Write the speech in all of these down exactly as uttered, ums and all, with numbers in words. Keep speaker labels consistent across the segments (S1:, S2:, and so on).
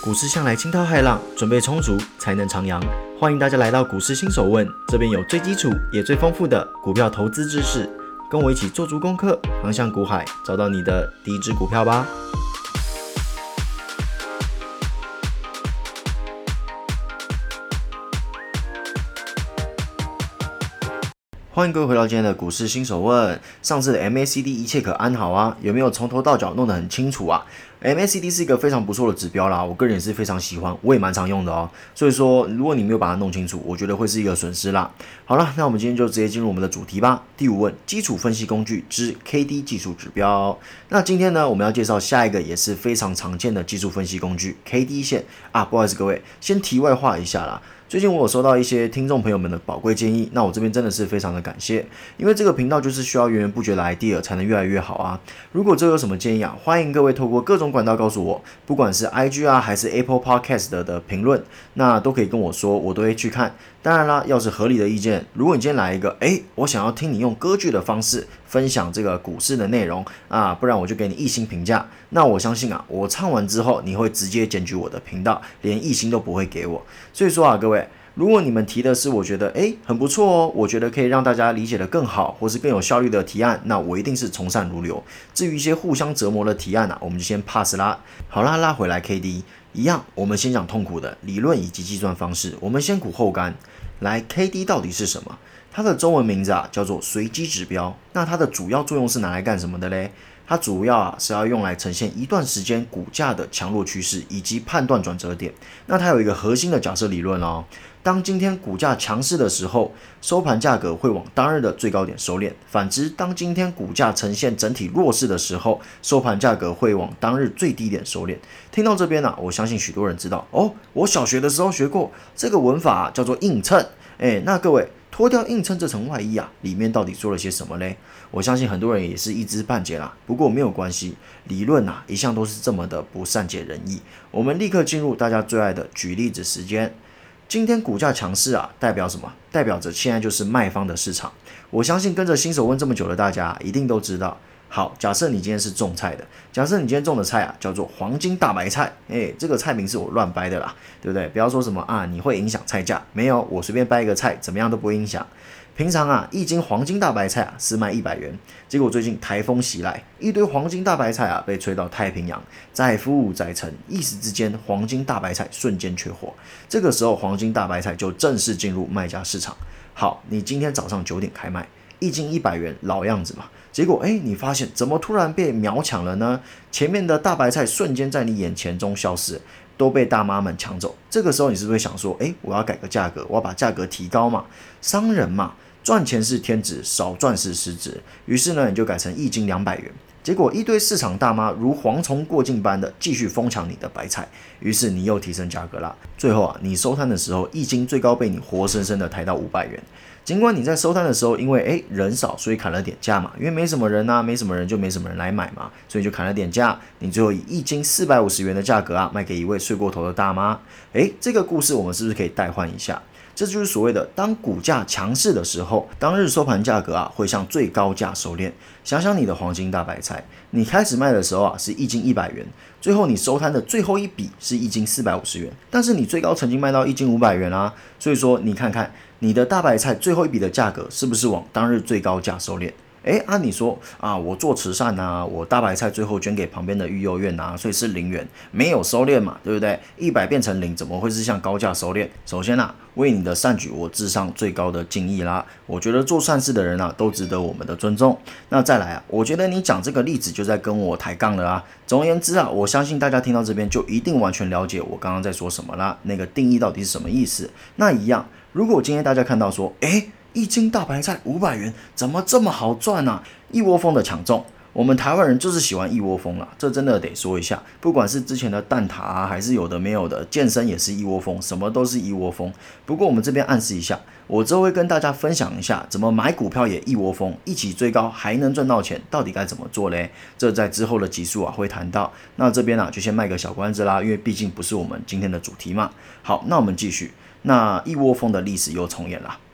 S1: 股市向来惊涛骇浪，准备充足才能徜徉。欢迎大家来到股市新手问，这边有最基础也最丰富的股票投资知识，跟我一起做足功课，航向股海，找到你的第一支股票吧。欢迎各位回到今天的股市新手问。上次的 M A C D 一切可安好啊？有没有从头到脚弄得很清楚啊？ M A C D 是一个非常不错的指标啦，我个人也是非常喜欢，我也蛮常用的哦。所以说，如果你没有把它弄清楚，我觉得会是一个损失啦。好了，那我们今天就直接进入我们的主题吧。第五问：基础分析工具之 K D 技术指标。那今天呢，我们要介绍下一个也是非常常见的技术分析工具 K D 线啊。不好意思各位，先题外话一下啦。最近我有收到一些听众朋友们的宝贵建议，那我这边真的是非常的感谢，因为这个频道就是需要源源不绝的 idea 才能越来越好啊。如果这有什么建议啊，欢迎各位透过各种管道告诉我，不管是 I G 啊还是 Apple Podcast 的, 的评论，那都可以跟我说，我都会去看。当然啦，要是合理的意见，如果你今天来一个，诶，我想要听你用歌剧的方式分享这个股市的内容啊，不然我就给你一星评价。那我相信啊，我唱完之后，你会直接检举我的频道，连一星都不会给我。所以说啊，各位，如果你们提的是我觉得诶很不错哦，我觉得可以让大家理解的更好，或是更有效率的提案，那我一定是从善如流。至于一些互相折磨的提案啊，我们就先 pass 啦。好啦，拉回来 K D 一样，我们先讲痛苦的理论以及计算方式，我们先苦后甘。来 ，K D 到底是什么？它的中文名字啊叫做随机指标。那它的主要作用是拿来干什么的嘞？它主要啊是要用来呈现一段时间股价的强弱趋势以及判断转折点。那它有一个核心的假设理论哦。当今天股价强势的时候，收盘价格会往当日的最高点收敛；反之，当今天股价呈现整体弱势的时候，收盘价格会往当日最低点收敛。听到这边啊，我相信许多人知道哦，我小学的时候学过这个文法、啊、叫做映衬。哎，那各位脱掉映衬这层外衣啊，里面到底做了些什么嘞？我相信很多人也是一知半解啦，不过没有关系，理论啊一向都是这么的不善解人意。我们立刻进入大家最爱的举例子时间。今天股价强势啊，代表什么？代表着现在就是卖方的市场。我相信跟着新手问这么久的大家一定都知道。好，假设你今天是种菜的，假设你今天种的菜啊叫做黄金大白菜，哎，这个菜名是我乱掰的啦，对不对？不要说什么啊，你会影响菜价，没有，我随便掰一个菜，怎么样都不会影响。平常啊，一斤黄金大白菜啊是卖一百元，结果最近台风袭来，一堆黄金大白菜啊被吹到太平洋，载浮载沉，一时之间黄金大白菜瞬间缺货。这个时候，黄金大白菜就正式进入卖家市场。好，你今天早上九点开卖，一斤一百元，老样子嘛。结果哎，你发现怎么突然被秒抢了呢？前面的大白菜瞬间在你眼前中消失，都被大妈们抢走。这个时候你是不是会想说，哎，我要改个价格，我要把价格提高嘛？商人嘛，赚钱是天职，少赚是失职。于是呢，你就改成一斤两百元。结果一堆市场大妈如蝗虫过境般的继续疯抢你的白菜，于是你又提升价格啦。最后啊，你收摊的时候，一斤最高被你活生生的抬到五百元。尽管你在收摊的时候，因为诶人少，所以砍了点价嘛，因为没什么人啊，没什么人就没什么人来买嘛，所以就砍了点价。你最后以一斤四百五十元的价格啊，卖给一位睡过头的大妈。诶，这个故事我们是不是可以代换一下？这就是所谓的当股价强势的时候，当日收盘价格啊会向最高价收敛。想想你的黄金大白菜，你开始卖的时候啊是一斤一百元，最后你收摊的最后一笔是一斤四百五十元，但是你最高曾经卖到一斤五百元啊，所以说你看看你的大白菜最后一笔的价格是不是往当日最高价收敛？哎，按、啊、你说啊，我做慈善啊，我大白菜最后捐给旁边的育幼院啊，所以是零元，没有收敛嘛，对不对？一百变成零，怎么会是向高价收敛？首先啊，为你的善举我致上最高的敬意啦。我觉得做善事的人啊，都值得我们的尊重。那再来啊，我觉得你讲这个例子就在跟我抬杠了啊。总而言之啊，我相信大家听到这边就一定完全了解我刚刚在说什么啦，那个定义到底是什么意思？那一样，如果今天大家看到说，哎，一斤大白菜五百元，怎么这么好赚啊？一窝蜂的抢中，我们台湾人就是喜欢一窝蜂啦，这真的得说一下。不管是之前的蛋挞啊，还是有的没有的，健身也是一窝蜂，什么都是一窝蜂。不过我们这边暗示一下，我之后会跟大家分享一下，怎么买股票也一窝蜂，一起追高还能赚到钱，到底该怎么做嘞？这在之后的集数啊会谈到。那这边啊就先卖个小关子啦，因为毕竟不是我们今天的主题嘛。好，那我们继续。那一窝蜂的历史又重演了。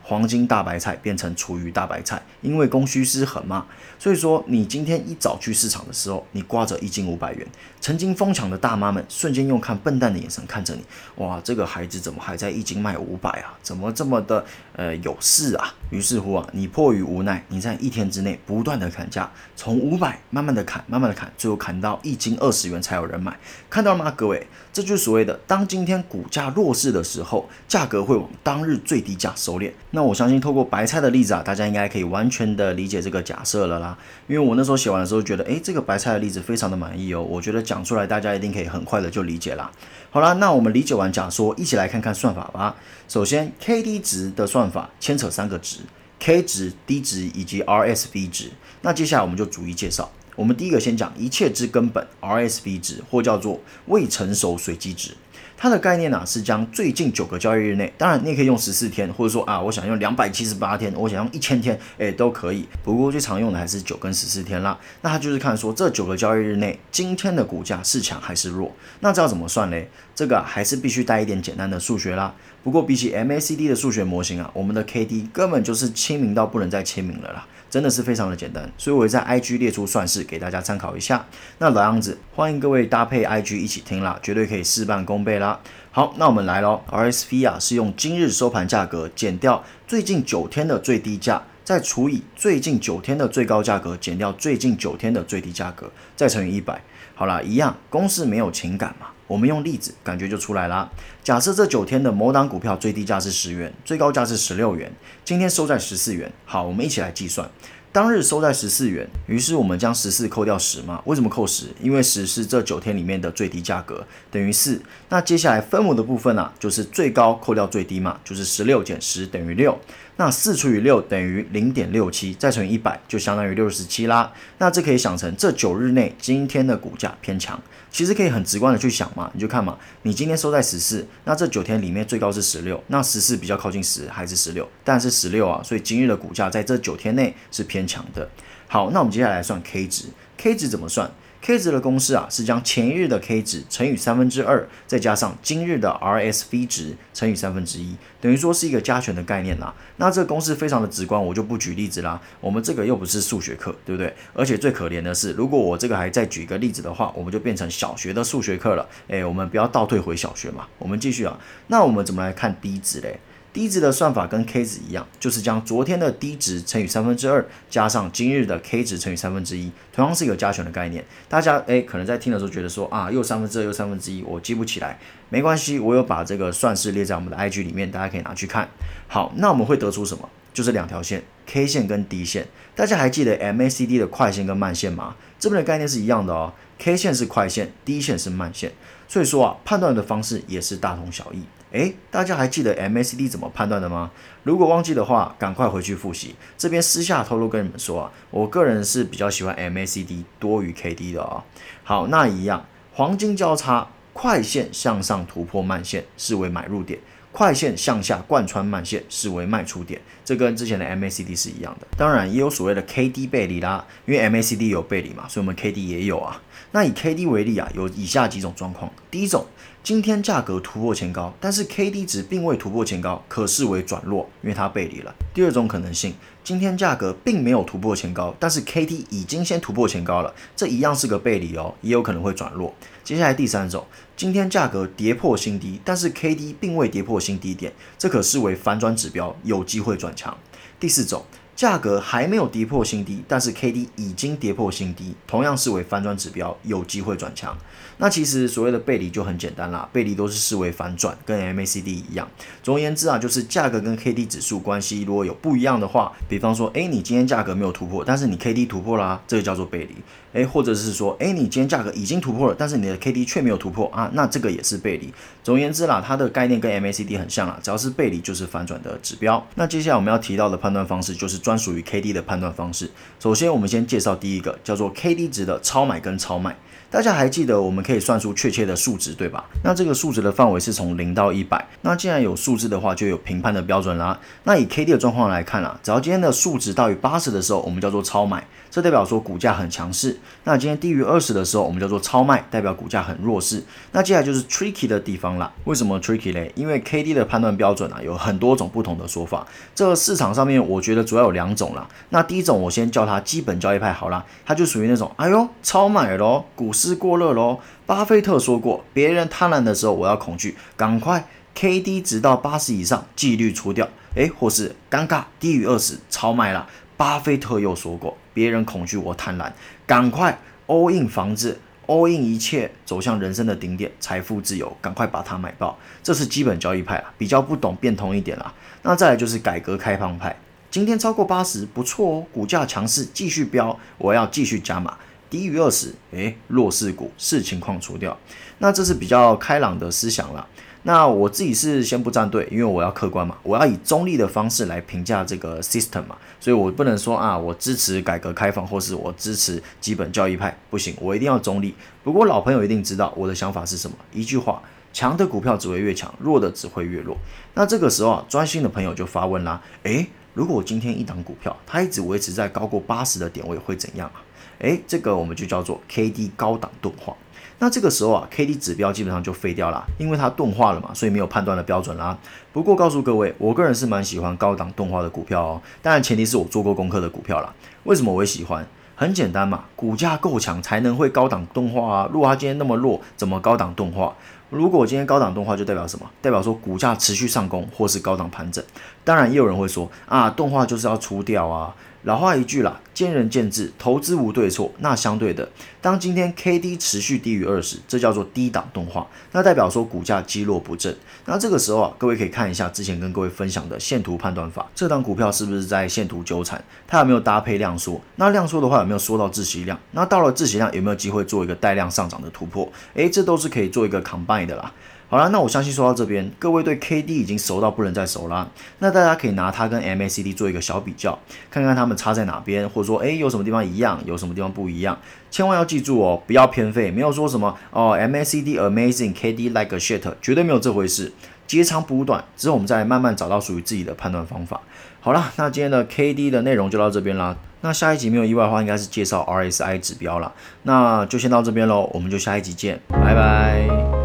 S1: 黄金大白菜变成厨余大白菜，因为供需失衡嘛。所以说，你今天一早去市场的时候，你挂着一斤五百元，曾经疯抢的大妈们瞬间用看笨蛋的眼神看着你，哇，这个孩子怎么还在一斤卖五百啊？怎么这么的呃有事啊？于是乎啊，你迫于无奈，你在一天之内不断的砍价，从五百慢慢的砍，慢慢的砍，最后砍到一斤二十元才有人买，看到了吗，各位？这就是所谓的，当今天股价弱势的时候，价格会往当日最低价收敛。那我相信透过白菜的例子啊，大家应该可以完全的理解这个假设了啦。因为我那时候写完的时候觉得，诶，这个白菜的例子非常的满意哦，我觉得讲出来大家一定可以很快的就理解啦。好啦，那我们理解完假说，一起来看看算法吧。首先 K D 值的算法牵扯三个值 ，K 值、D 值以及 R S V 值。那接下来我们就逐一介绍。我们第一个先讲一切之根本 R S V 值，或叫做未成熟随机值。它的概念啊是将最近九个交易日内，当然你也可以用十四天，或者说啊我想用两百七十八天，我想用一千天，哎都可以。不过最常用的还是九跟十四天啦。那它就是看说这九个交易日内，今天的股价是强还是弱。那这要怎么算嘞？这个、啊、还是必须带一点简单的数学啦。不过比起 M A C D 的数学模型啊，我们的 K D 根本就是亲民到不能再亲民了啦。真的是非常的简单，所以我会在 I G 列出算式给大家参考一下。那老样子，欢迎各位搭配 I G 一起听啦，绝对可以事半功倍啦。好，那我们来咯 R S V 啊是用今日收盘价格减掉最近九天的最低价，再除以最近九天的最高价格减掉最近九天的最低价格，再乘以一百。好啦，一样，公式没有情感嘛，我们用例子感觉就出来啦。假设这九天的某档股票最低价是十元，最高价是十六元，今天收在十四元。好，我们一起来计算。当日收在十四元，于是我们将十四扣掉十嘛？为什么扣十？因为十是这九天里面的最低价格，等于四。那接下来分母的部分啊，就是最高扣掉最低嘛，就是十六减十等于六。那四除以六等于 零点六七， 再乘以一百就相当于六十七啦。那这可以想成这九日内今天的股价偏强。其实可以很直观的去想嘛，你就看嘛，你今天收在十四，那这九天里面最高是十六，那十四比较靠近十还是十六？当然是十六啊，所以今日的股价在这九天内是偏强的。好，那我们接下来算 K 值 ，K 值怎么算？K 值的公式啊，是将前一日的 K 值乘以三分之二，再加上今日的 R S V 值乘以三分之一，等于说是一个加权的概念啦。那这个公式非常的直观，我就不举例子啦。我们这个又不是数学课，对不对？而且最可怜的是，如果我这个还再举一个例子的话，我们就变成小学的数学课了。哎，我们不要倒退回小学嘛。我们继续啊。那我们怎么来看 D 值嘞？D 值的算法跟 K 值一样，就是将昨天的 D 值乘以三分之二，加上今日的 K 值乘以三分之一，同样是一个加权的概念。大家诶可能在听的时候觉得说啊，又三分之二又三分之一，我记不起来，没关系，我有把这个算式列在我们的 I G 里面，大家可以拿去看。好，那我们会得出什么？就是两条线 ，K 线跟 D 线。大家还记得 M A C D 的快线跟慢线吗？这边的概念是一样的哦。K 线是快线 ，D 线是慢线，所以说啊，判断的方式也是大同小异。诶，大家还记得 M A C D 怎么判断的吗？如果忘记的话，赶快回去复习。这边私下透露跟你们说啊，我个人是比较喜欢 M A C D 多于 K D 的哦。好，那一样，黄金交叉，快线向上突破慢线视为买入点，快线向下贯穿慢线视为卖出点，这跟之前的 M A C D 是一样的。当然也有所谓的 K D 背离啦，因为 M A C D 有背离嘛，所以我们 K D 也有啊。那以 K D 为例啊，有以下几种状况。第一种，今天价格突破前高，但是 K D 值并未突破前高，可视为转弱，因为它背离了。第二种可能性，今天价格并没有突破前高，但是 K D 已经先突破前高了，这一样是个背离哦，也有可能会转弱。接下来第三种，今天价格跌破新低，但是 K D 并未跌破新低点，这可视为反转指标，有机会转强。第四种，价格还没有跌破新低，但是 K D 已经跌破新低，同样视为反转指标，有机会转强。那其实所谓的背离就很简单啦，背离都是视为反转，跟 M A C D 一样。总而言之啊，就是价格跟 K D 指数关系如果有不一样的话，比方说，哎，你今天价格没有突破，但是你 K D 突破啦、啊，这个叫做背离。哎，或者是说，哎，你今天价格已经突破了，但是你的 K D 却没有突破啊，那这个也是背离。总而言之啦，它的概念跟 M A C D 很像啦，只要是背离就是反转的指标。那接下来我们要提到的判断方式就是专属于 K D 的判断方式。首先，我们先介绍第一个，叫做 K D 值的超买跟超卖。大家还记得我们可以算出确切的数值，对吧？那这个数值的范围是从零到一百。那既然有数字的话，就有评判的标准啦。那以 K D 的状况来看啦，只要今天的数值大于八十的时候，我们叫做超买，这代表说股价很强势。那今天低于二十的时候，我们叫做超卖，代表股价很弱势。那接下来就是 tricky 的地方啦。为什么 tricky 嘞？因为 K D 的判断标准啊，有很多种不同的说法。这个市场上面，我觉得主要有两种啦。那第一种，我先叫它基本交易派好啦，它就属于那种，哎呦，超买咯，股市是过热咯。巴菲特说过，别人贪婪的时候我要恐惧，赶快 K D 值到八十以上，纪律除掉。诶，或是尴尬低于二十，超卖啦。巴菲特又说过，别人恐惧我贪婪，赶快 all in 房子 all in 一切，走向人生的顶点，财富自由，赶快把它买爆。这是基本交易派啦，比较不懂变通一点啦。那再来就是改革开放派，今天超过八十，不错哦，股价强势，继续飙，我要继续加码。低于二十，诶，弱势股视情况除掉。那这是比较开朗的思想啦。那我自己是先不站队，因为我要客观嘛，我要以中立的方式来评价这个 system 嘛，所以我不能说啊，我支持改革开放，或是我支持基本教义派，不行，我一定要中立。不过老朋友一定知道我的想法是什么，一句话，强的股票只会越强，弱的只会越弱。那这个时候啊，专心的朋友就发问啦，诶，如果我今天一档股票，它一直维持在高过八十的点位，会怎样啊？诶，这个我们就叫做 K D 高档钝化。那这个时候啊 ，K D 指标基本上就废掉了，因为它钝化了嘛，所以没有判断的标准啦。不过告诉各位，我个人是蛮喜欢高档钝化的股票哦，当然前提是我做过功课的股票啦。为什么我会喜欢？很简单嘛，股价够强才能会高档钝化啊。如果它今天那么弱，怎么高档钝化？如果我今天高档钝化，就代表什么？代表说股价持续上攻，或是高档盘整。当然，也有人会说啊，钝化就是要出掉啊。老话一句啦，见仁见智，投资无对错。那相对的，当今天 K D 持续低于二十，这叫做低档钝化，那代表说股价积弱不振。那这个时候啊，各位可以看一下之前跟各位分享的线图判断法，这档股票是不是在线图纠缠？它有没有搭配量缩？那量缩的话有没有缩到窒息量？那到了窒息量有没有机会做一个带量上涨的突破？诶，这都是可以做一个 combine 的啦。好啦，那我相信说到这边，各位对 K D 已经熟到不能再熟啦。那大家可以拿它跟 M A C D 做一个小比较，看看它们差在哪边，或者说，诶，有什么地方一样，有什么地方不一样。千万要记住哦，不要偏废，没有说什么哦 M A C D amazing K D like a shit， 绝对没有这回事。截长补短，之后我们再慢慢找到属于自己的判断方法。好啦，那今天的 K D 的内容就到这边啦。那下一集没有意外的话，应该是介绍 R S I 指标啦。那就先到这边咯，我们就下一集见，拜拜。